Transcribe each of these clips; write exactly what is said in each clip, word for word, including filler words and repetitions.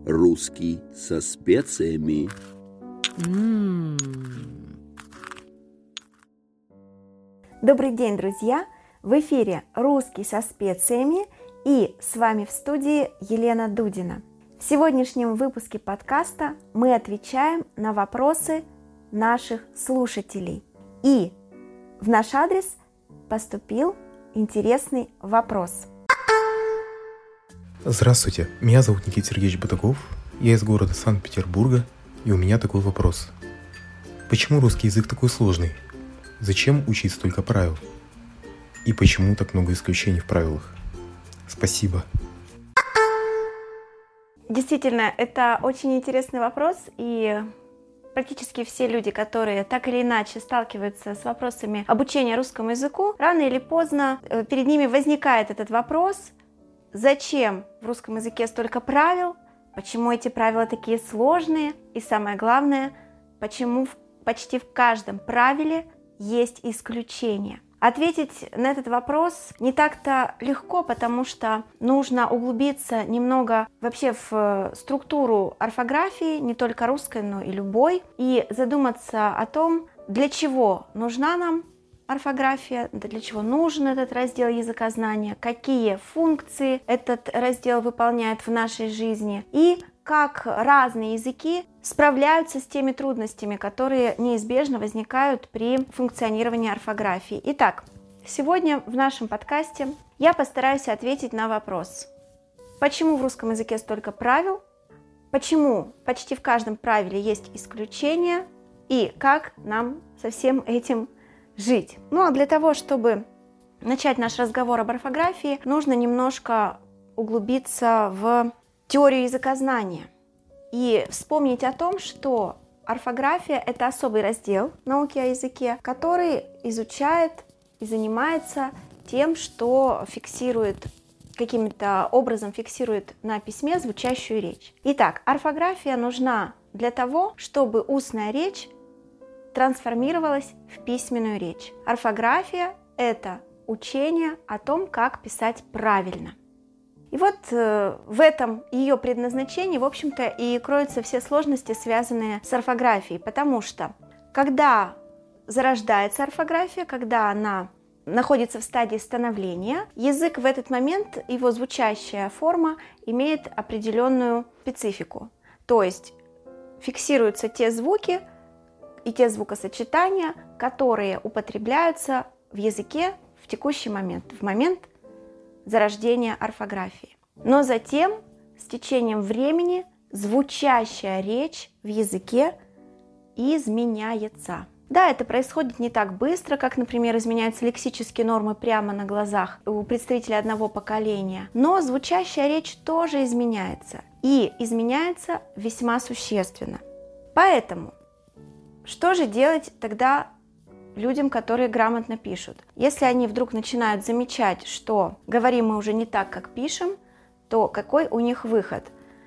Русский со специями. М. Добрый день, друзья! В эфире «Русский со специями» и с вами в студии Елена Дудина. В сегодняшнем выпуске подкаста мы отвечаем на вопросы наших слушателей. И в наш адрес поступил интересный вопрос. Здравствуйте, меня зовут Никита Сергеевич Батагов, я из города Санкт-Петербурга, и у меня такой вопрос. Почему русский язык такой сложный? Зачем учить столько правил? И почему так много исключений в правилах? Спасибо. Действительно, это очень интересный вопрос, и практически все люди, которые так или иначе сталкиваются с вопросами обучения русскому языку, рано или поздно перед ними возникает этот вопрос: зачем в русском языке столько правил, почему эти правила такие сложные, и самое главное, почему почти в каждом правиле есть исключения. Ответить на этот вопрос не так-то легко, потому что нужно углубиться немного вообще в структуру орфографии, не только русской, но и любой, и задуматься о том, для чего нужна нам орфография, для чего нужен этот раздел языкознания, какие функции этот раздел выполняет в нашей жизни и как разные языки справляются с теми трудностями, которые неизбежно возникают при функционировании орфографии. Итак, сегодня в нашем подкасте я постараюсь ответить на вопрос: почему в русском языке столько правил, почему почти в каждом правиле есть исключения и как нам со всем этим жить. Ну а для того, чтобы начать наш разговор об орфографии, нужно немножко углубиться в теорию языкознания и вспомнить о том, что орфография – это особый раздел науки о языке, который изучает и занимается тем, что фиксирует, каким-то образом фиксирует на письме звучащую речь. Итак, орфография нужна для того, чтобы устная речь трансформировалась в письменную речь. Орфография – это учение о том, как писать правильно. И вот э, в этом ее предназначении, в общем-то, и кроются все сложности, связанные с орфографией, потому что когда зарождается орфография, когда она находится в стадии становления, язык в этот момент, его звучащая форма имеет определенную специфику, то есть фиксируются те звуки и те звукосочетания, которые употребляются в языке в текущий момент, в момент зарождения орфографии. Но затем, с течением времени, звучащая речь в языке изменяется. Да, это происходит не так быстро, как, например, изменяются лексические нормы прямо на глазах у представителей одного поколения, но звучащая речь тоже изменяется, и изменяется весьма существенно. Поэтому, что же делать тогда людям, которые грамотно пишут? Если они вдруг начинают замечать, что говорим мы уже не так, как пишем, то какой у них выход?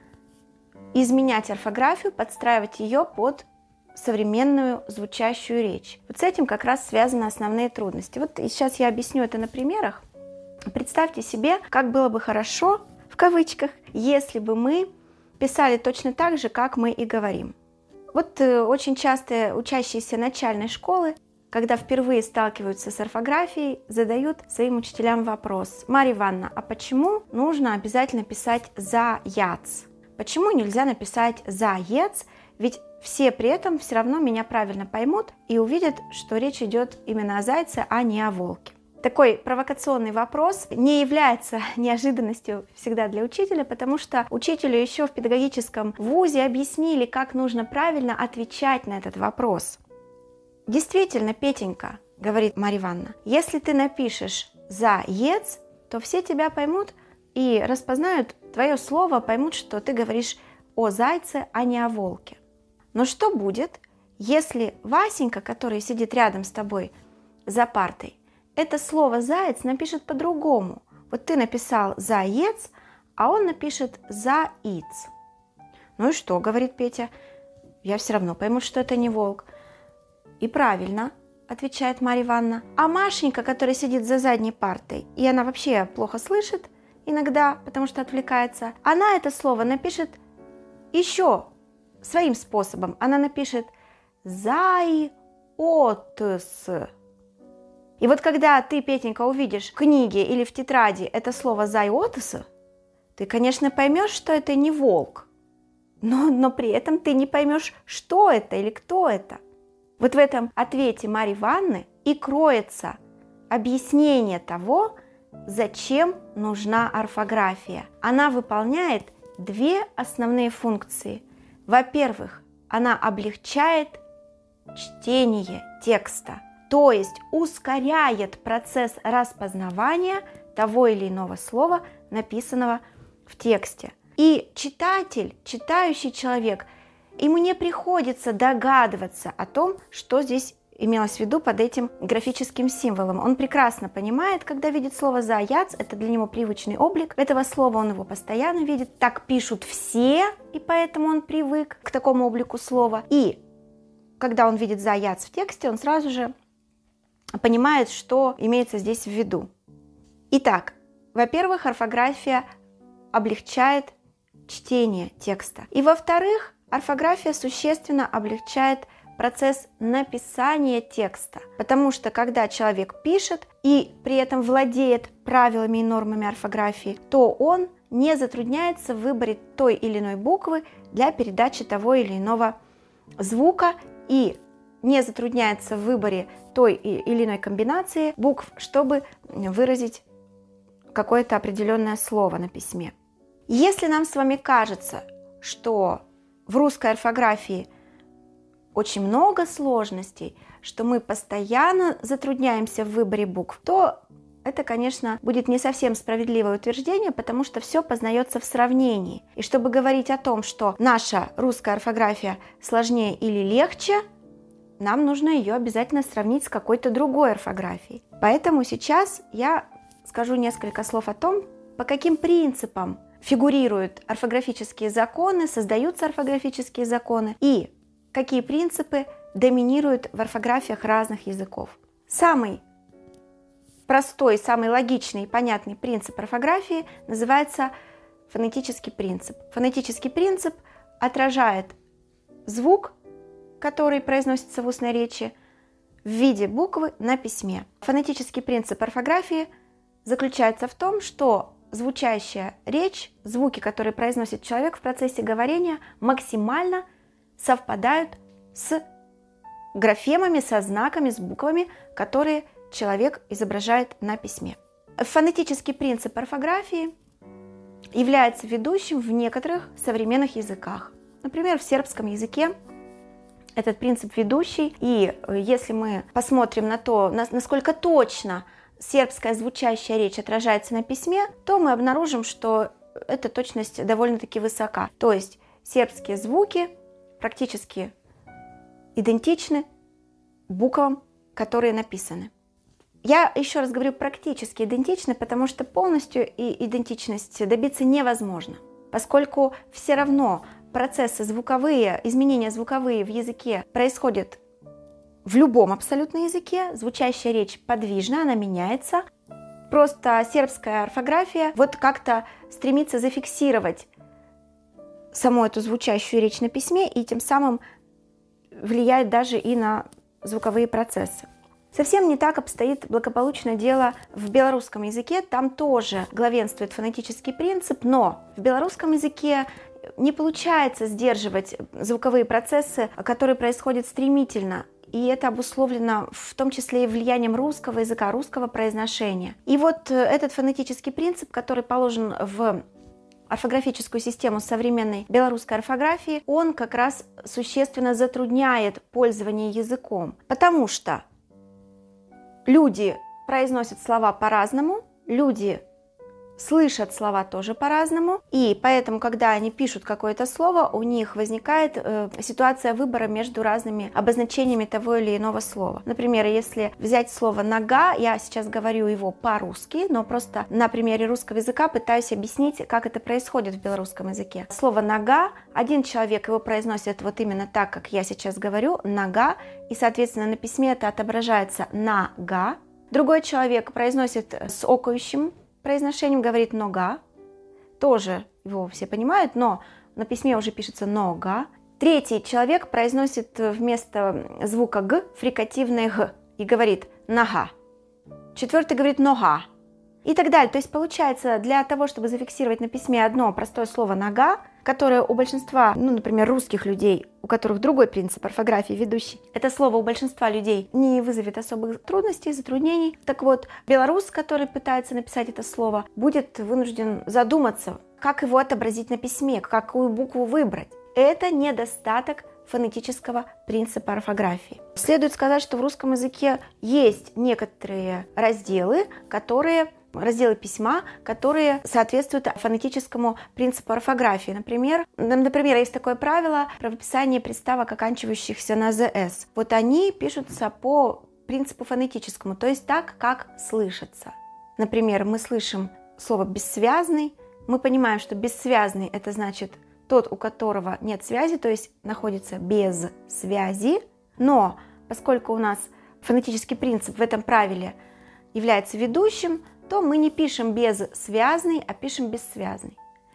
Изменять орфографию, подстраивать ее под современную звучащую речь. Вот с этим как раз связаны основные трудности. Вот сейчас я объясню это на примерах. Представьте себе, как было бы хорошо, в кавычках, если бы мы писали точно так же, как мы и говорим. Вот э, очень часто учащиеся начальной школы, когда впервые сталкиваются с орфографией, задают своим учителям вопрос: Марья Ивановна, а почему нужно обязательно писать «заяц»? Почему нельзя написать «заец»? Ведь все при этом все равно меня правильно поймут и увидят, что речь идет именно о зайце, а не о волке. Такой провокационный вопрос не является неожиданностью всегда для учителя, потому что учителю еще в педагогическом вузе объяснили, как нужно правильно отвечать на этот вопрос. Действительно, Петенька, говорит Марья Ивановна, если ты напишешь «заец», то все тебя поймут и распознают твое слово, поймут, что ты говоришь о зайце, а не о волке. Но что будет, если Васенька, который сидит рядом с тобой за партой, это слово «заяц» напишет по-другому? Вот ты написал «заец», а он напишет «заиц». Ну и что, говорит Петя, я все равно пойму, что это не волк. И правильно, отвечает Марья Ивановна. А Машенька, которая сидит за задней партой, и она вообще плохо слышит иногда, потому что отвлекается, она это слово напишет еще своим способом. Она напишет «зайотс». И вот когда ты, Петенька, увидишь в книге или в тетради это слово «зайотс», ты, конечно, поймешь, что это не волк, но, но при этом ты не поймешь, что это или кто это. Вот в этом ответе Марьи Ивановны и кроется объяснение того, зачем нужна орфография. Она выполняет две основные функции. Во-первых, она облегчает чтение текста, то есть ускоряет процесс распознавания того или иного слова, написанного в тексте. И читатель, читающий человек, ему не приходится догадываться о том, что здесь имелось в виду под этим графическим символом. Он прекрасно понимает, когда видит слово «заяц», это для него привычный облик этого слова, он его постоянно видит. Так пишут все, и поэтому он привык к такому облику слова. И когда он видит «заяц» в тексте, он сразу же понимает, что имеется здесь в виду. Итак, во-первых, орфография облегчает чтение текста. И во-вторых, орфография существенно облегчает процесс написания текста, потому что когда человек пишет и при этом владеет правилами и нормами орфографии, то он не затрудняется в выборе той или иной буквы для передачи того или иного звука и не затрудняется в выборе той или иной комбинации букв, чтобы выразить какое-то определенное слово на письме. Если нам с вами кажется, что в русской орфографии очень много сложностей, что мы постоянно затрудняемся в выборе букв, то это, конечно, будет не совсем справедливое утверждение, потому что все познается в сравнении. И чтобы говорить о том, что наша русская орфография сложнее или легче, нам нужно ее обязательно сравнить с какой-то другой орфографией. Поэтому сейчас я скажу несколько слов о том, по каким принципам фигурируют орфографические законы, создаются орфографические законы и какие принципы доминируют в орфографиях разных языков. Самый простой, самый логичный и понятный принцип орфографии называется фонетический принцип. Фонетический принцип отражает звук, который произносится в устной речи, в виде буквы на письме. Фонетический принцип орфографии заключается в том, что звучащая речь, звуки, которые произносит человек в процессе говорения, максимально совпадают с графемами, со знаками, с буквами, которые человек изображает на письме. Фонетический принцип орфографии является ведущим в некоторых современных языках. Например, в сербском языке этот принцип ведущий, и если мы посмотрим на то, насколько точно сербская звучащая речь отражается на письме, то мы обнаружим, что эта точность довольно-таки высока. То есть сербские звуки практически идентичны буквам, которые написаны. Я еще раз говорю практически идентичны, потому что полностью и идентичность добиться невозможно, поскольку все равно процессы звуковые, изменения звуковые в языке происходят в любом абсолютно языке, звучащая речь подвижна, она меняется. Просто сербская орфография вот как-то стремится зафиксировать саму эту звучащую речь на письме и тем самым влияет даже и на звуковые процессы. Совсем не так обстоит благополучное дело в белорусском языке. Там тоже главенствует фонетический принцип, но в белорусском языке не получается сдерживать звуковые процессы, которые происходят стремительно. И это обусловлено в том числе и влиянием русского языка, русского произношения. И вот этот фонетический принцип, который положен в орфографическую систему современной белорусской орфографии, он как раз существенно затрудняет пользование языком, потому что люди произносят слова по-разному, люди слышат слова тоже по-разному, и поэтому, когда они пишут какое-то слово, у них возникает э, ситуация выбора между разными обозначениями того или иного слова. Например, если взять слово «нога», я сейчас говорю его по-русски, но просто на примере русского языка пытаюсь объяснить, как это происходит в белорусском языке. Слово «нога», один человек его произносит вот именно так, как я сейчас говорю, «нога», и, соответственно, на письме это отображается «нага». Другой человек произносит с окающим произношением, говорит «нога», тоже его все понимают, но на письме уже пишется нога. Третий человек произносит вместо звука г фрикативное г и говорит нога. Четвертый говорит нога. И так далее. То есть получается, для того, чтобы зафиксировать на письме одно простое слово «нога», которое у большинства, ну, например, русских людей, у которых другой принцип орфографии ведущий, это слово у большинства людей не вызовет особых трудностей, затруднений. Так вот, белорус, который пытается написать это слово, будет вынужден задуматься, как его отобразить на письме, какую букву выбрать. Это недостаток фонетического принципа орфографии. Следует сказать, что в русском языке есть некоторые разделы, которые разделы письма, которые соответствуют фонетическому принципу орфографии. Например, например, есть такое правило про выписание приставок, оканчивающихся на «зс». Вот они пишутся по принципу фонетическому, то есть так, как слышится. Например, мы слышим слово «бессвязный», мы понимаем, что «бессвязный» — это значит тот, у которого нет связи, то есть находится без связи, но поскольку у нас фонетический принцип в этом правиле является ведущим, то мы не пишем безсвязный, а пишем бессвязный.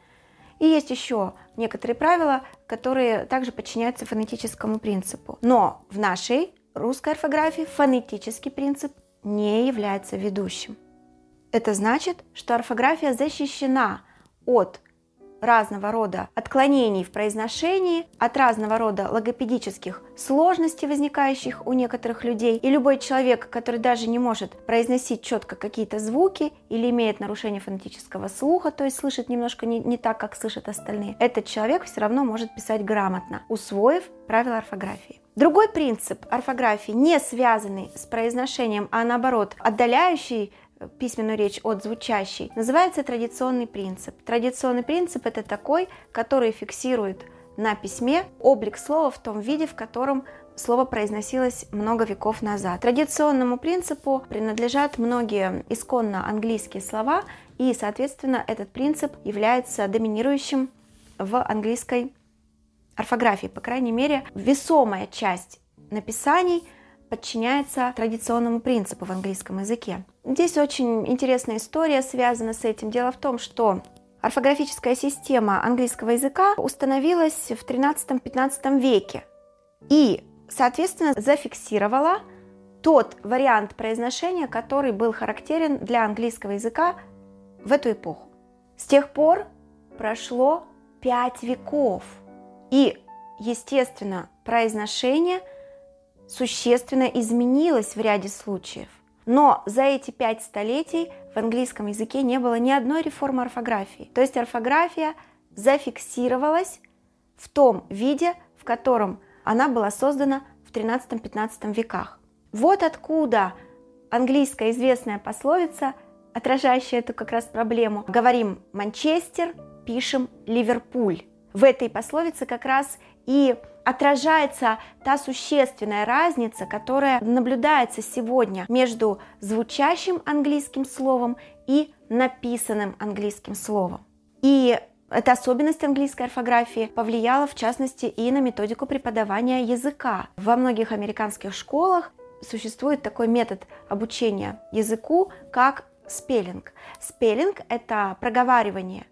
И есть еще некоторые правила, которые также подчиняются фонетическому принципу. Но в нашей русской орфографии фонетический принцип не является ведущим. Это значит, что орфография защищена от разного рода отклонений в произношении, от разного рода логопедических сложностей, возникающих у некоторых людей. И любой человек, который даже не может произносить четко какие-то звуки или имеет нарушение фонетического слуха, то есть слышит немножко не, не так, как слышат остальные, этот человек все равно может писать грамотно, усвоив правила орфографии. Другой принцип орфографии, не связанный с произношением, а наоборот, отдаляющий письменную речь от звучащей, называется традиционный принцип. Традиционный принцип – это такой, который фиксирует на письме облик слова в том виде, в котором слово произносилось много веков назад. Традиционному принципу принадлежат многие исконно английские слова, и, соответственно, этот принцип является доминирующим в английской орфографии. По крайней мере, весомая часть написаний подчиняется традиционному принципу в английском языке. Здесь очень интересная история связана с этим. Дело в том, что орфографическая система английского языка установилась в тринадцатом-пятнадцатом веке и, соответственно, зафиксировала тот вариант произношения, который был характерен для английского языка в эту эпоху. С тех пор прошло пять веков, и, естественно, произношение существенно изменилось в ряде случаев. Но за эти пять столетий в английском языке не было ни одной реформы орфографии. То есть орфография зафиксировалась в том виде, в котором она была создана в тринадцатом-пятнадцатом веках. Вот откуда английская известная пословица, отражающая эту как раз проблему. Говорим «Манчестер», пишем «Ливерпуль». В этой пословице как раз и отражается та существенная разница, которая наблюдается сегодня между звучащим английским словом и написанным английским словом. И эта особенность английской орфографии повлияла, в частности, и на методику преподавания языка. Во многих американских школах существует такой метод обучения языку, как спеллинг. Спеллинг – это проговаривание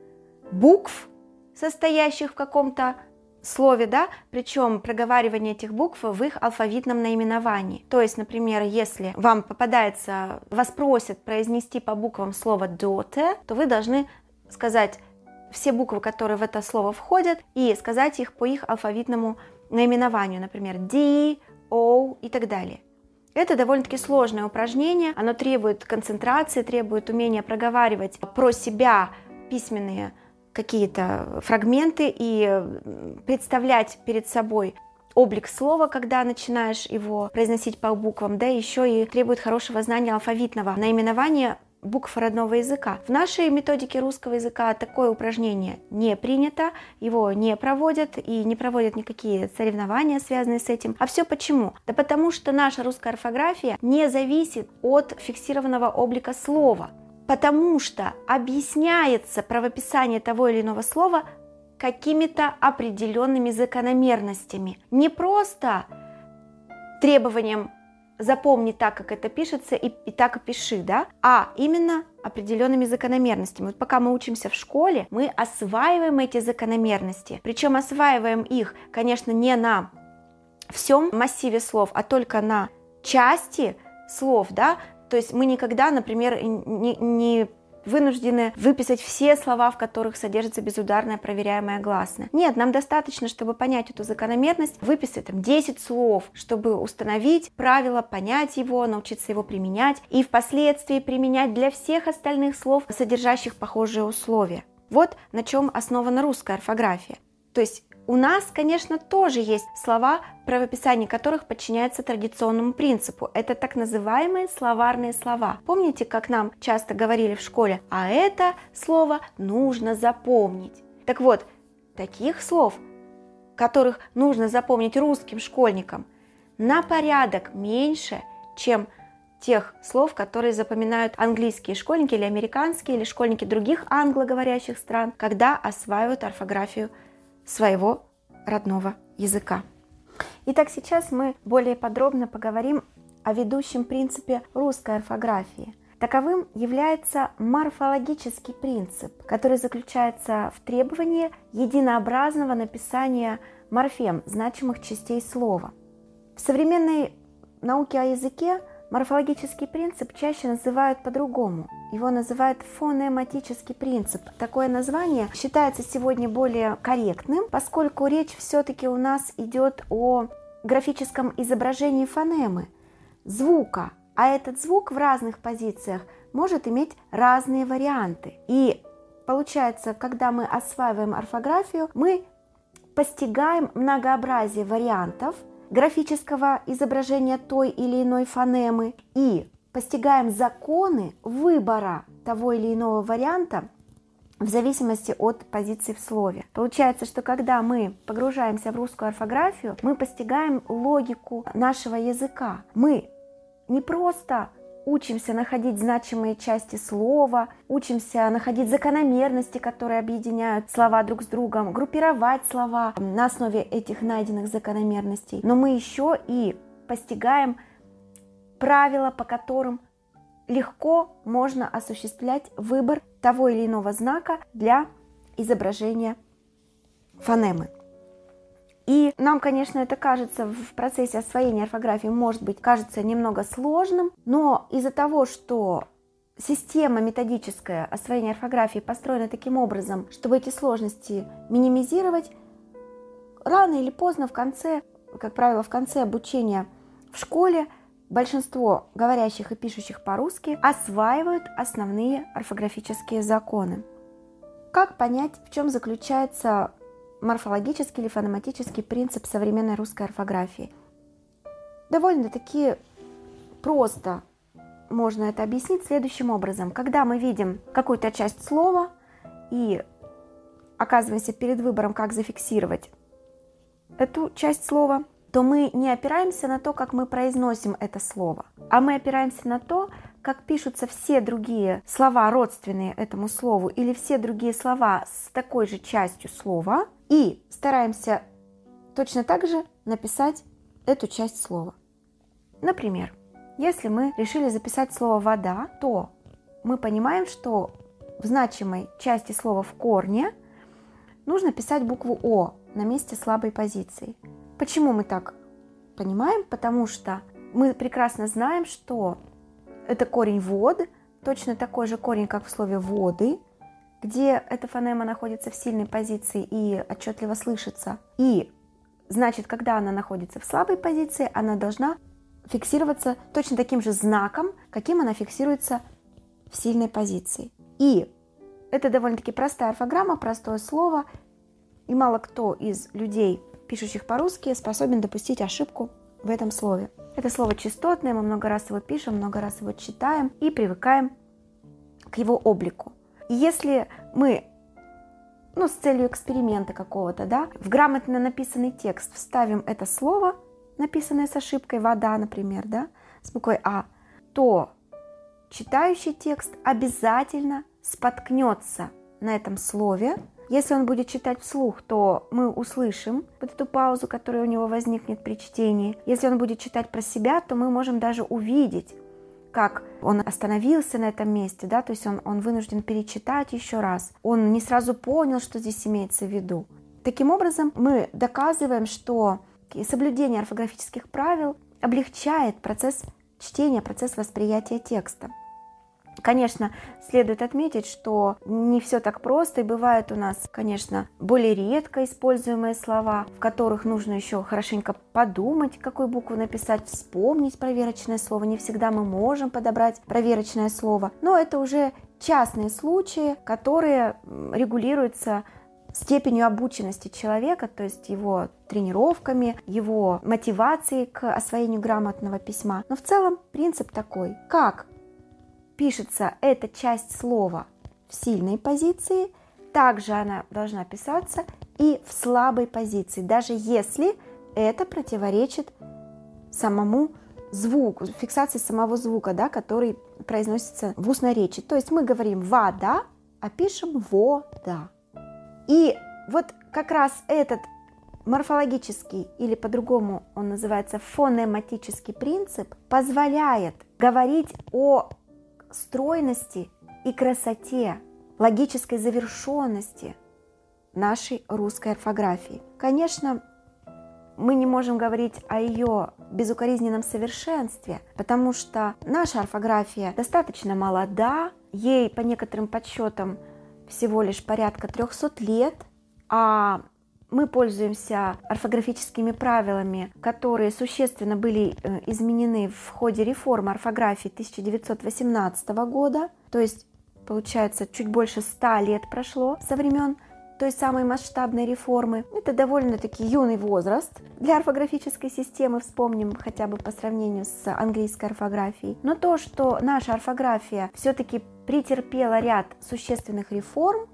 букв, состоящих в каком-то слове, да, причем проговаривание этих букв в их алфавитном наименовании. То есть, например, если вам попадается, вас просят произнести по буквам слово daughter, то вы должны сказать все буквы, которые в это слово входят, и сказать их по их алфавитному наименованию, например, D, O и так далее. Это довольно-таки сложное упражнение, оно требует концентрации, требует умения проговаривать про себя письменные какие-то фрагменты и представлять перед собой облик слова, когда начинаешь его произносить по буквам, да, еще и требует хорошего знания алфавитного наименования букв родного языка. В нашей методике русского языка такое упражнение не принято, его не проводят и не проводят никакие соревнования, связанные с этим. А все почему? Да потому что наша русская орфография не зависит от фиксированного облика слова. Потому что объясняется правописание того или иного слова какими-то определенными закономерностями. Не просто требованием запомни так, как это пишется, и, и так и пиши, да, а именно определенными закономерностями. Вот пока мы учимся в школе, мы осваиваем эти закономерности, причем осваиваем их, конечно, не на всем массиве слов, а только на части слов, да, то есть мы никогда, например, не, не вынуждены выписать все слова, в которых содержится безударная проверяемая гласная. Нет, нам достаточно, чтобы понять эту закономерность, выписать там десять слов, чтобы установить правило, понять его, научиться его применять и впоследствии применять для всех остальных слов, содержащих похожие условия. Вот на чем основана русская орфография. То есть у нас, конечно, тоже есть слова, правописание которых подчиняется традиционному принципу. Это так называемые словарные слова. Помните, как нам часто говорили в школе, а это слово нужно запомнить. Так вот, таких слов, которых нужно запомнить русским школьникам, на порядок меньше, чем тех слов, которые запоминают английские школьники или американские, или школьники других англоговорящих стран, когда осваивают орфографию своего родного языка. Итак, сейчас мы более подробно поговорим о ведущем принципе русской орфографии. Таковым является морфологический принцип, который заключается в требовании единообразного написания морфем, значимых частей слова. В современной науке о языке морфологический принцип чаще называют по-другому. Его называют фонематический принцип. Такое название считается сегодня более корректным, поскольку речь все-таки у нас идет о графическом изображении фонемы, звука, а этот звук в разных позициях может иметь разные варианты. И получается, когда мы осваиваем орфографию, мы постигаем многообразие вариантов графического изображения той или иной фонемы и постигаем законы выбора того или иного варианта в зависимости от позиции в слове. Получается, что когда мы погружаемся в русскую орфографию, мы постигаем логику нашего языка. Мы не просто учимся находить значимые части слова, учимся находить закономерности, которые объединяют слова друг с другом, группировать слова на основе этих найденных закономерностей, но мы еще и постигаем правила, по которым легко можно осуществлять выбор того или иного знака для изображения фонемы. И нам, конечно, это кажется в процессе освоения орфографии, может быть, кажется немного сложным, но из-за того, что система методическая освоения орфографии построена таким образом, чтобы эти сложности минимизировать, рано или поздно в конце, как правило, в конце обучения в школе, большинство говорящих и пишущих по-русски осваивают основные орфографические законы. Как понять, в чем заключается морфологический или фонематический принцип современной русской орфографии? Довольно-таки просто можно это объяснить следующим образом. Когда мы видим какую-то часть слова и оказываемся перед выбором, как зафиксировать эту часть слова, то мы не опираемся на то, как мы произносим это слово, а мы опираемся на то, как пишутся все другие слова, родственные этому слову, или все другие слова с такой же частью слова, и стараемся точно так же написать эту часть слова. Например, если мы решили записать слово «вода», то мы понимаем, что в значимой части слова в корне нужно писать букву «О» на месте слабой позиции. Почему мы так понимаем? Потому что мы прекрасно знаем, что это корень «вод», точно такой же корень, как в слове «воды», где эта фонема находится в сильной позиции и отчетливо слышится. И значит, когда она находится в слабой позиции, она должна фиксироваться точно таким же знаком, каким она фиксируется в сильной позиции. И это довольно-таки простая орфограмма, простое слово, и мало кто из людей, пишущих по-русски, способен допустить ошибку в этом слове. Это слово частотное, мы много раз его пишем, много раз его читаем и привыкаем к его облику. И если мы, ну, с целью эксперимента какого-то, да, в грамотно написанный текст вставим это слово, написанное с ошибкой «вода», например, да, с буквой «А», то читающий текст обязательно споткнется на этом слове, Если он будет читать вслух, то мы услышим вот эту паузу, которая у него возникнет при чтении. Если он будет читать про себя, то мы можем даже увидеть, как он остановился на этом месте, да, то есть он, он вынужден перечитать еще раз. Он не сразу понял, что здесь имеется в виду. Таким образом, мы доказываем, что соблюдение орфографических правил облегчает процесс чтения, процесс восприятия текста. Конечно, следует отметить, что не все так просто, и бывают у нас, конечно, более редко используемые слова, в которых нужно еще хорошенько подумать, какую букву написать, вспомнить проверочное слово. Не всегда мы можем подобрать проверочное слово, но это уже частные случаи, которые регулируются степенью обученности человека, то есть его тренировками, его мотивацией к освоению грамотного письма. Но в целом принцип такой: как пишется эта часть слова в сильной позиции, также она должна писаться и в слабой позиции, даже если это противоречит самому звуку, фиксации самого звука, да, который произносится в устной речи. То есть мы говорим «вода», а пишем «вода». И вот как раз этот морфологический, или по-другому он называется фонематический принцип, позволяет говорить о стройности и красоте, логической завершенности нашей русской орфографии. Конечно, мы не можем говорить о ее безукоризненном совершенстве, потому что наша орфография достаточно молода, ей по некоторым подсчетам всего лишь порядка трехсот лет, а мы пользуемся орфографическими правилами, которые существенно были изменены в ходе реформы орфографии тысяча девятьсот восемнадцатого года, то есть, получается, чуть больше ста лет прошло со времен той самой масштабной реформы. Это довольно-таки юный возраст для орфографической системы, вспомним хотя бы по сравнению с английской орфографией. Но то, что наша орфография все-таки претерпела ряд существенных реформ,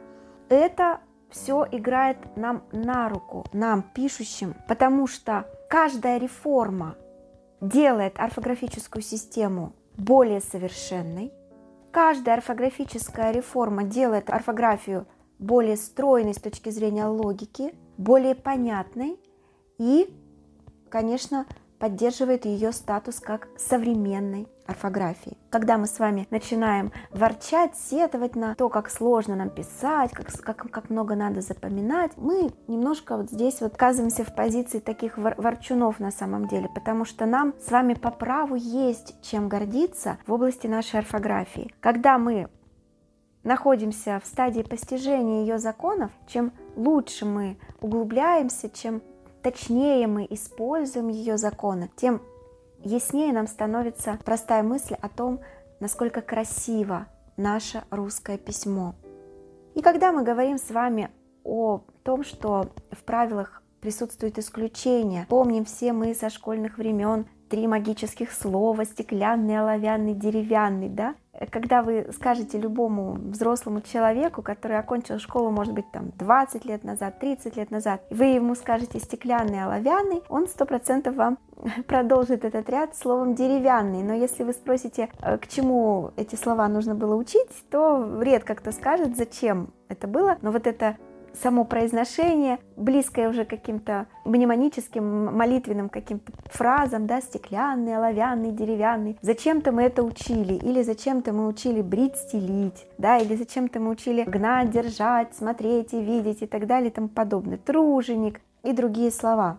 это все играет нам на руку, нам, пишущим, потому что каждая реформа делает орфографическую систему более совершенной, каждая орфографическая реформа делает орфографию более стройной с точки зрения логики, более понятной и, конечно, поддерживает ее статус как современной орфографии. Когда мы с вами начинаем ворчать, сетовать на то, как сложно нам писать, как, как, как много надо запоминать, мы немножко вот здесь вот оказываемся в позиции таких вор, ворчунов на самом деле, потому что нам с вами по праву есть чем гордиться в области нашей орфографии. Когда мы находимся в стадии постижения ее законов, чем лучше мы углубляемся, чем точнее мы используем ее законы, тем яснее нам становится простая мысль о том, насколько красиво наше русское письмо. И когда мы говорим с вами о том, что в правилах присутствуют исключения, помним все мы со школьных времен три магических слова: стеклянный, оловянный, деревянный, да? Когда вы скажете любому взрослому человеку, который окончил школу, может быть, там двадцать лет назад, тридцать лет назад, и вы ему скажете стеклянный, оловянный, он сто процентов вам продолжит этот ряд словом деревянный. Но если вы спросите, к чему эти слова нужно было учить, то редко кто скажет, зачем это было. Но вот это само произношение, близкое уже к каким-то мнемоническим, молитвенным каким-то фразам, да, стеклянный, оловянный, деревянный. Зачем-то мы это учили, или зачем-то мы учили брить, стелить, да, или зачем-то мы учили гнать, держать, смотреть и видеть и так далее и тому подобное. Труженик и другие слова.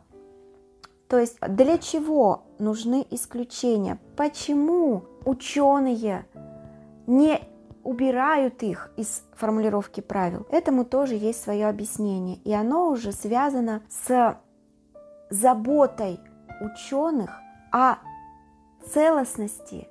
То есть для чего нужны исключения? Почему ученые не убирают их из формулировки правил? Этому тоже есть свое объяснение, и оно уже связано с заботой ученых о целостности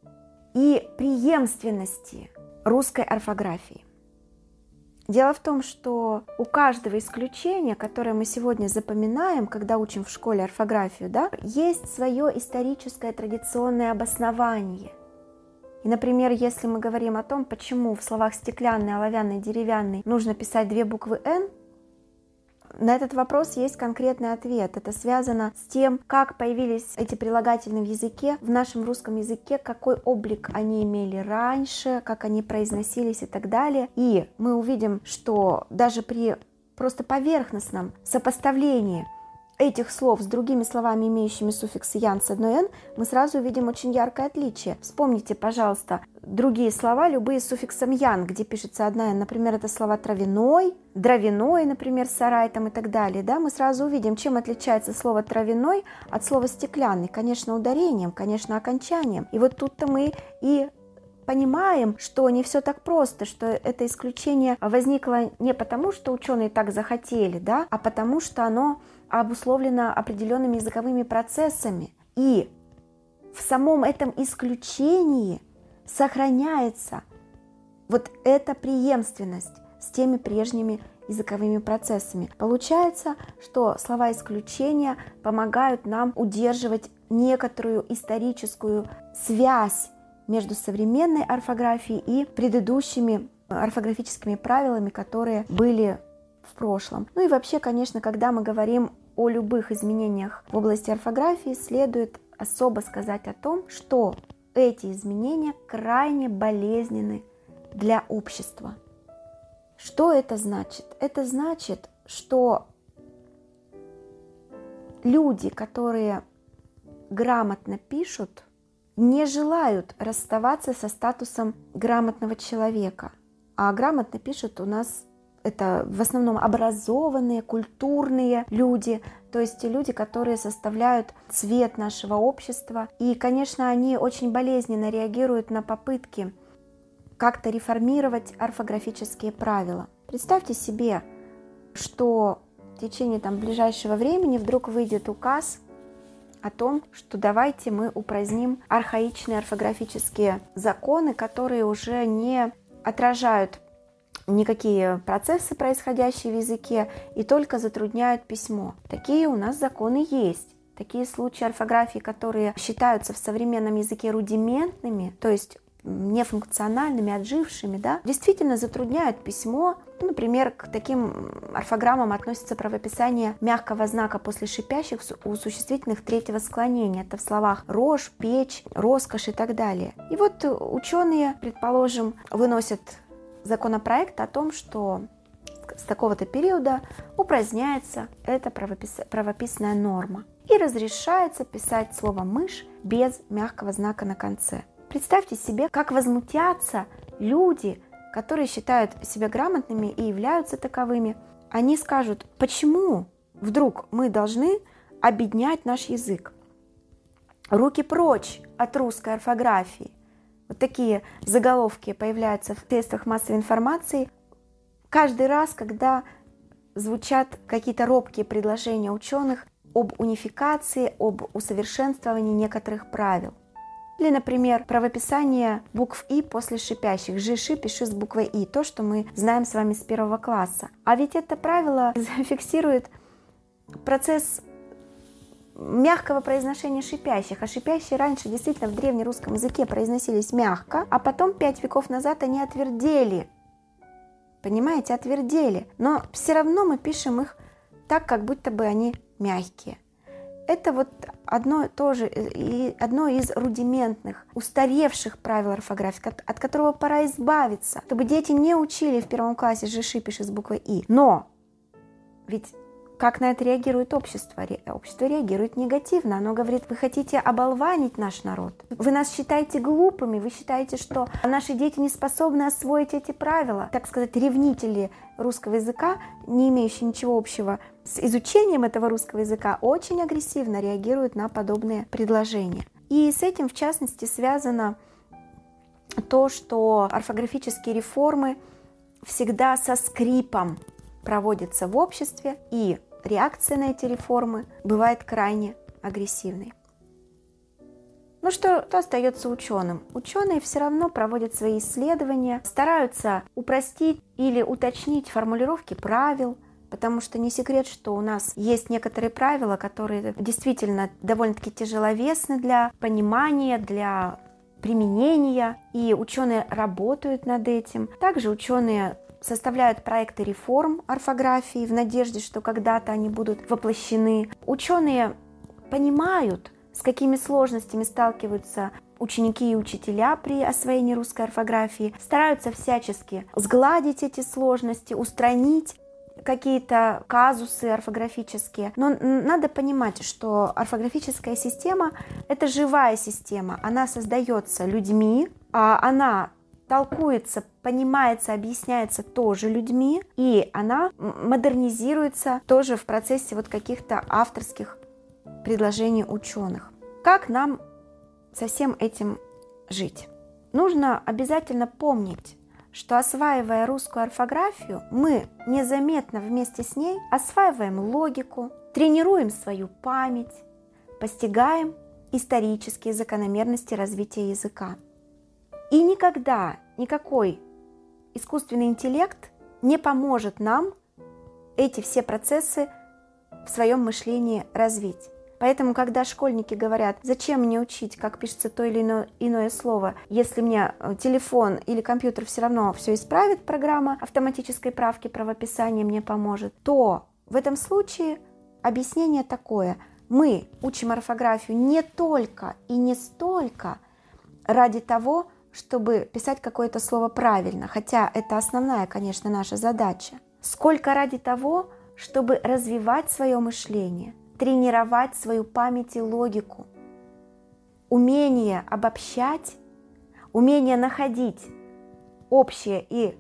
и преемственности русской орфографии. Дело в том, что у каждого исключения, которое мы сегодня запоминаем, когда учим в школе орфографию, да, есть свое историческое традиционное обоснование. И, например, если мы говорим о том, почему в словах стеклянный, оловянный, деревянный нужно писать две буквы «н», на этот вопрос есть конкретный ответ. Это связано с тем, как появились эти прилагательные в языке, в нашем русском языке, какой облик они имели раньше, как они произносились и так далее. И мы увидим, что даже при просто поверхностном сопоставлении этих слов с другими словами, имеющими суффикс «ян» с одной «н», мы сразу увидим очень яркое отличие. Вспомните, пожалуйста, другие слова, любые с суффиксом «ян», где пишется одна «н». Например, это слова «травяной», «дровяной», например, «сарай» там и так далее. Да? Мы сразу увидим, чем отличается слово «травяной» от слова «стеклянный». Конечно, ударением, конечно, окончанием. И вот тут-то мы и понимаем, что не все так просто, что это исключение возникло не потому, что ученые так захотели, да, а потому что оно обусловлено определенными языковыми процессами. И в самом этом исключении сохраняется вот эта преемственность с теми прежними языковыми процессами. Получается, что слова исключения помогают нам удерживать некоторую историческую связь между современной орфографией и предыдущими орфографическими правилами, которые были в прошлом. Ну и вообще, конечно, когда мы говорим о любых изменениях в области орфографии, следует особо сказать о том, что эти изменения крайне болезненны для общества. Что это значит? Это значит, что люди, которые грамотно пишут, не желают расставаться со статусом грамотного человека. А грамотно пишут у нас это в основном образованные, культурные люди, то есть те люди, которые составляют цвет нашего общества. И, конечно, они очень болезненно реагируют на попытки как-то реформировать орфографические правила. Представьте себе, что в течение там, ближайшего времени вдруг выйдет указ о том, что давайте мы упраздним архаичные орфографические законы, которые уже не отражают никакие процессы, происходящие в языке, и только затрудняют письмо. Такие у нас законы есть. Такие случаи орфографии, которые считаются в современном языке рудиментными, то есть нефункциональными, отжившими, да, действительно затрудняют письмо. Например, к таким орфограммам относится правописание мягкого знака после шипящих у существительных третьего склонения. Это в словах рожь, печь, роскошь и так далее. И вот ученые, предположим, выносят законопроект о том, что с такого-то периода упраздняется эта правопис... правописная норма. И разрешается писать слово «мышь» без мягкого знака на конце. Представьте себе, как возмутятся люди, которые считают себя грамотными и являются таковыми. Они скажут, почему вдруг мы должны обеднять наш язык? Руки прочь от русской орфографии. Вот такие заголовки появляются в средствах массовой информации каждый раз, когда звучат какие-то робкие предложения ученых об унификации, об усовершенствовании некоторых правил. Или, например, правописание букв «и» после шипящих. «Жи-ши» пиши с буквой «и», то, что мы знаем с вами с первого класса. А ведь это правило фиксирует процесс мягкого произношения шипящих. А шипящие раньше действительно в древнерусском языке произносились мягко, а потом пять веков назад они отвердели. Понимаете, отвердели. Но все равно мы пишем их так, как будто бы они мягкие. Это вот одно, тоже, одно из рудиментных, устаревших правил орфографии, от которого пора избавиться, чтобы дети не учили в первом классе «жиши» пиши с буквой «и». Но ведь как на это реагирует общество? Общество реагирует негативно. Оно говорит, вы хотите оболванить наш народ. Вы нас считаете глупыми, вы считаете, что наши дети не способны освоить эти правила. Так сказать, ревнители русского языка, не имеющие ничего общего с изучением этого русского языка, очень агрессивно реагируют на подобные предложения. И с этим, в частности, связано то, что орфографические реформы всегда со скрипом проводятся в обществе, и реакция на эти реформы бывает крайне агрессивной. Ну что, то остается ученым. Ученые все равно проводят свои исследования, стараются упростить или уточнить формулировки правил, потому что не секрет, что у нас есть некоторые правила, которые действительно довольно-таки тяжеловесны для понимания, для применения, и ученые работают над этим. Также ученые составляют проекты реформ орфографии в надежде, что когда-то они будут воплощены. Ученые понимают, с какими сложностями сталкиваются ученики и учителя при освоении русской орфографии, стараются всячески сгладить эти сложности, устранить какие-то казусы орфографические. Но надо понимать, что орфографическая система — это живая система. Она создается людьми, а она толкуется, понимается, объясняется тоже людьми, и она модернизируется тоже в процессе вот каких-то авторских предложений ученых. Как нам со всем этим жить? Нужно обязательно помнить, что, осваивая русскую орфографию, мы незаметно вместе с ней осваиваем логику, тренируем свою память, постигаем исторические закономерности развития языка. И никогда никакой искусственный интеллект не поможет нам эти все процессы в своем мышлении развить. Поэтому, когда школьники говорят, зачем мне учить, как пишется то или иное, иное слово, если мне телефон или компьютер все равно все исправит, программа автоматической правки правописания мне поможет, то в этом случае объяснение такое. Мы учим орфографию не только и не столько ради того, чтобы писать какое-то слово правильно, хотя это основная, конечно, наша задача, сколько ради того, чтобы развивать свое мышление, тренировать свою память и логику, умение обобщать, умение находить общие и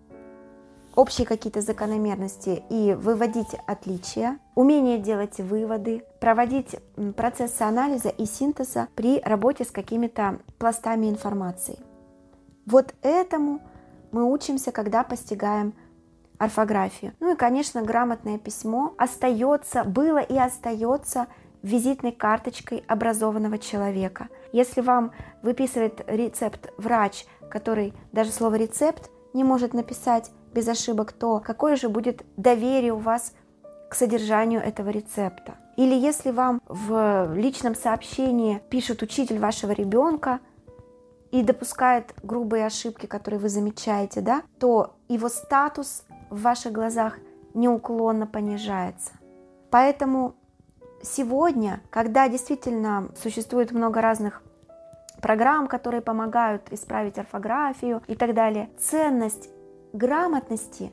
общие какие-то закономерности и выводить отличия, умение делать выводы, проводить процессы анализа и синтеза при работе с какими-то пластами информации. Вот этому мы учимся, когда постигаем орфографию. Ну и, конечно, грамотное письмо остается, было и остается визитной карточкой образованного человека. Если вам выписывает рецепт врач, который даже слово «рецепт» не может написать без ошибок, то какое же будет доверие у вас к содержанию этого рецепта? Или если вам в личном сообщении пишет учитель вашего ребенка и допускает грубые ошибки, которые вы замечаете, да, то его статус в ваших глазах неуклонно понижается. Поэтому сегодня, когда действительно существует много разных программ, которые помогают исправить орфографию и так далее, ценность грамотности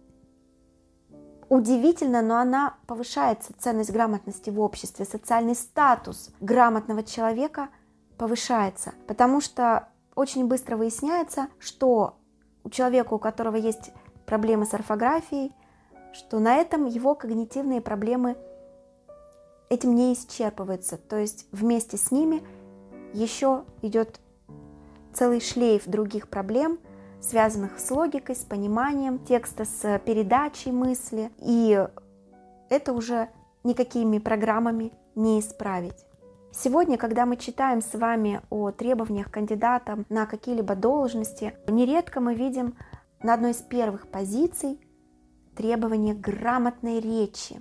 удивительно, но она повышается, ценность грамотности в обществе, социальный статус грамотного человека повышается, потому что очень быстро выясняется, что у человека, у которого есть проблемы с орфографией, что на этом его когнитивные проблемы этим не исчерпываются. То есть вместе с ними еще идет целый шлейф других проблем, связанных с логикой, с пониманием текста, с передачей мысли. И это уже никакими программами не исправить. Сегодня, когда мы читаем с вами о требованиях кандидатам на какие-либо должности, нередко мы видим на одной из первых позиций требование грамотной речи.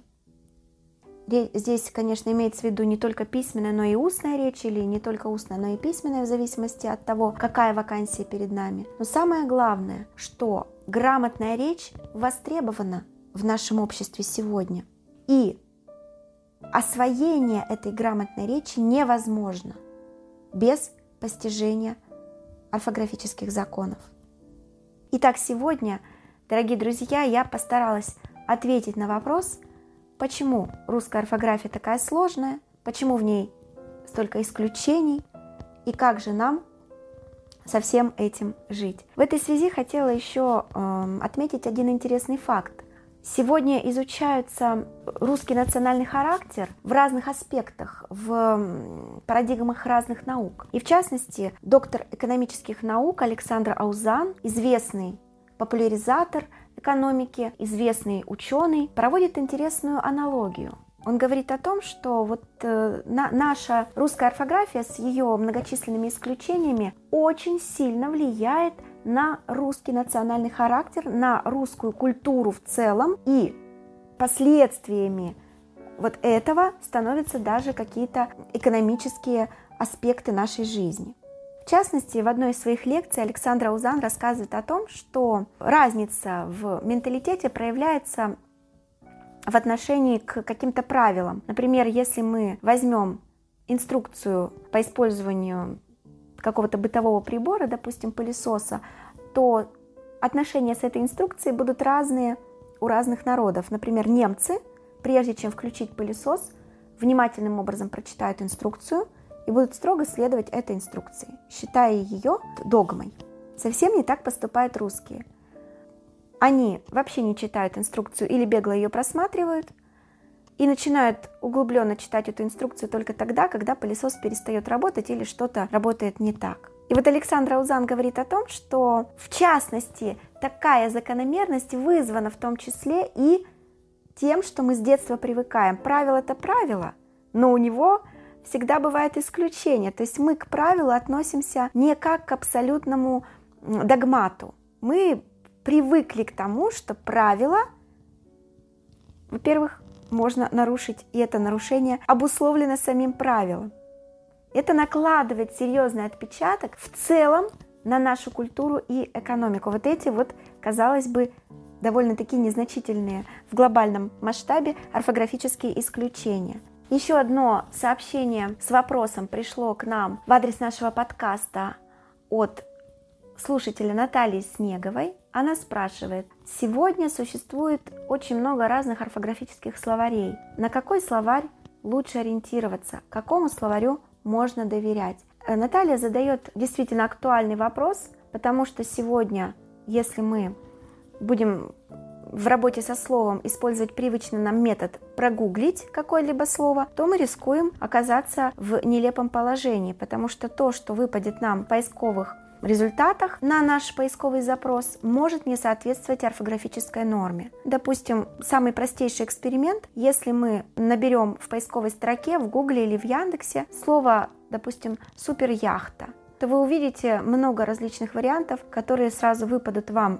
Здесь, конечно, имеется в виду не только письменная, но и устная речь, или не только устная, но и письменная, в зависимости от того, какая вакансия перед нами. Но самое главное, что грамотная речь востребована в нашем обществе сегодня. И освоение этой грамотной речи невозможно без постижения орфографических законов. Итак, сегодня, дорогие друзья, я постаралась ответить на вопрос, почему русская орфография такая сложная, почему в ней столько исключений и как же нам со всем этим жить. В этой связи хотела еще э, отметить один интересный факт. Сегодня изучается русский национальный характер в разных аспектах, в парадигмах разных наук. И в частности, доктор экономических наук Александр Аузан, известный популяризатор экономики, известный ученый, проводит интересную аналогию. Он говорит о том, что вот э, на, наша русская орфография с ее многочисленными исключениями очень сильно влияет на русский национальный характер, на русскую культуру в целом, и последствиями вот этого становятся даже какие-то экономические аспекты нашей жизни. В частности, в одной из своих лекций Александра Узан рассказывает о том, что разница в менталитете проявляется в отношении к каким-то правилам. Например, если мы возьмем инструкцию по использованию какого-то бытового прибора, допустим, пылесоса, то отношения с этой инструкцией будут разные у разных народов. Например, немцы, прежде чем включить пылесос, внимательным образом прочитают инструкцию и будут строго следовать этой инструкции, считая ее догмой. Совсем не так поступают русские. Они вообще не читают инструкцию или бегло ее просматривают и начинают углубленно читать эту инструкцию только тогда, когда пылесос перестает работать или что-то работает не так. И вот Александра Узан говорит о том, что в частности такая закономерность вызвана в том числе и тем, что мы с детства привыкаем. Правило – это правило, но у него всегда бывает исключение. То есть мы к правилу относимся не как к абсолютному догмату. Мы привыкли к тому, что правила, во-первых, можно нарушить, и это нарушение обусловлено самим правилом. Это накладывает серьезный отпечаток в целом на нашу культуру и экономику. Вот эти вот, казалось бы, довольно-таки незначительные в глобальном масштабе орфографические исключения. Еще одно сообщение с вопросом пришло к нам в адрес нашего подкаста от слушателя Натальи Снеговой. Она спрашивает: сегодня существует очень много разных орфографических словарей. На какой словарь лучше ориентироваться? Какому словарю можно доверять? Наталья задает действительно актуальный вопрос, потому что сегодня, если мы будем в работе со словом использовать привычный нам метод прогуглить какое-либо слово, то мы рискуем оказаться в нелепом положении, потому что то, что выпадет нам в поисковых результатах на наш поисковый запрос, может не соответствовать орфографической норме. Допустим, самый простейший эксперимент: если мы наберем в поисковой строке в Гугле или в Яндексе слово, допустим, суперяхта, то вы увидите много различных вариантов, которые сразу выпадут вам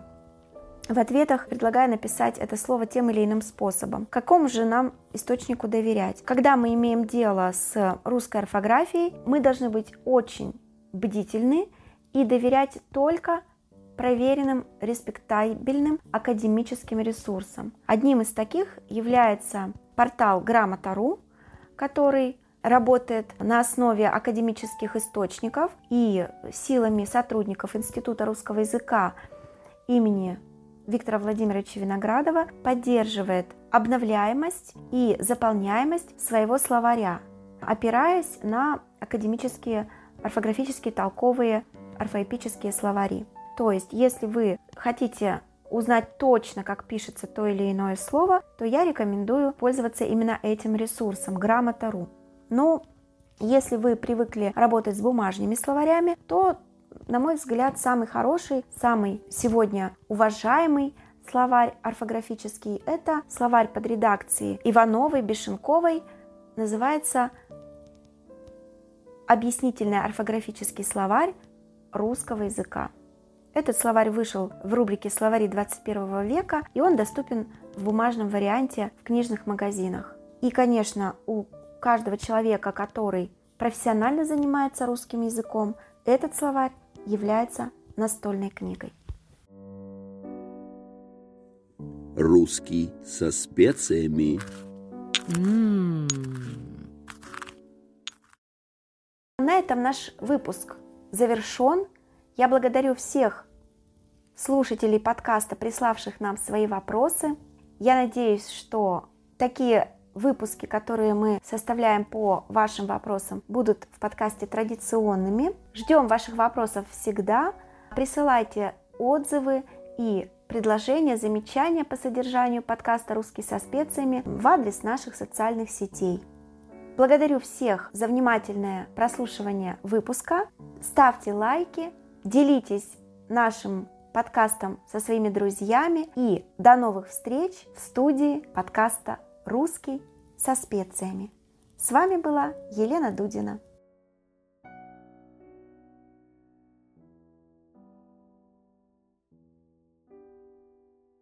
в ответах, предлагая написать это слово тем или иным способом. Какому же нам источнику доверять? Когда мы имеем дело с русской орфографией, мы должны быть очень бдительны и доверять только проверенным, респектабельным академическим ресурсам. Одним из таких является портал Грамота точка ру, который работает на основе академических источников и силами сотрудников Института русского языка имени Виктора Владимировича Виноградова поддерживает обновляемость и заполняемость своего словаря, опираясь на академические орфографические толковые орфоэпические словари. То есть, если вы хотите узнать точно, как пишется то или иное слово, то я рекомендую пользоваться именно этим ресурсом Грамота точка ру. Но если вы привыкли работать с бумажными словарями, то, на мой взгляд, самый хороший, самый сегодня уважаемый словарь орфографический – это словарь под редакцией Ивановой, Бешенковой, называется «Объяснительный орфографический словарь русского языка». Этот словарь вышел в рубрике «Словари двадцать первого века», и он доступен в бумажном варианте в книжных магазинах. И, конечно, у каждого человека, который профессионально занимается русским языком, этот словарь является настольной книгой. Русский со специями. М-м. На этом наш выпуск завершен. Я благодарю всех слушателей подкаста, приславших нам свои вопросы. Я надеюсь, что такие выпуски, которые мы составляем по вашим вопросам, будут в подкасте традиционными. Ждем ваших вопросов всегда. Присылайте отзывы и предложения, замечания по содержанию подкаста «Русский со специями» в адрес наших социальных сетей. Благодарю всех за внимательное прослушивание выпуска. Ставьте лайки, делитесь нашим подкастом со своими друзьями. И до новых встреч в студии подкаста «Русский со специями». С вами была Елена Дудина.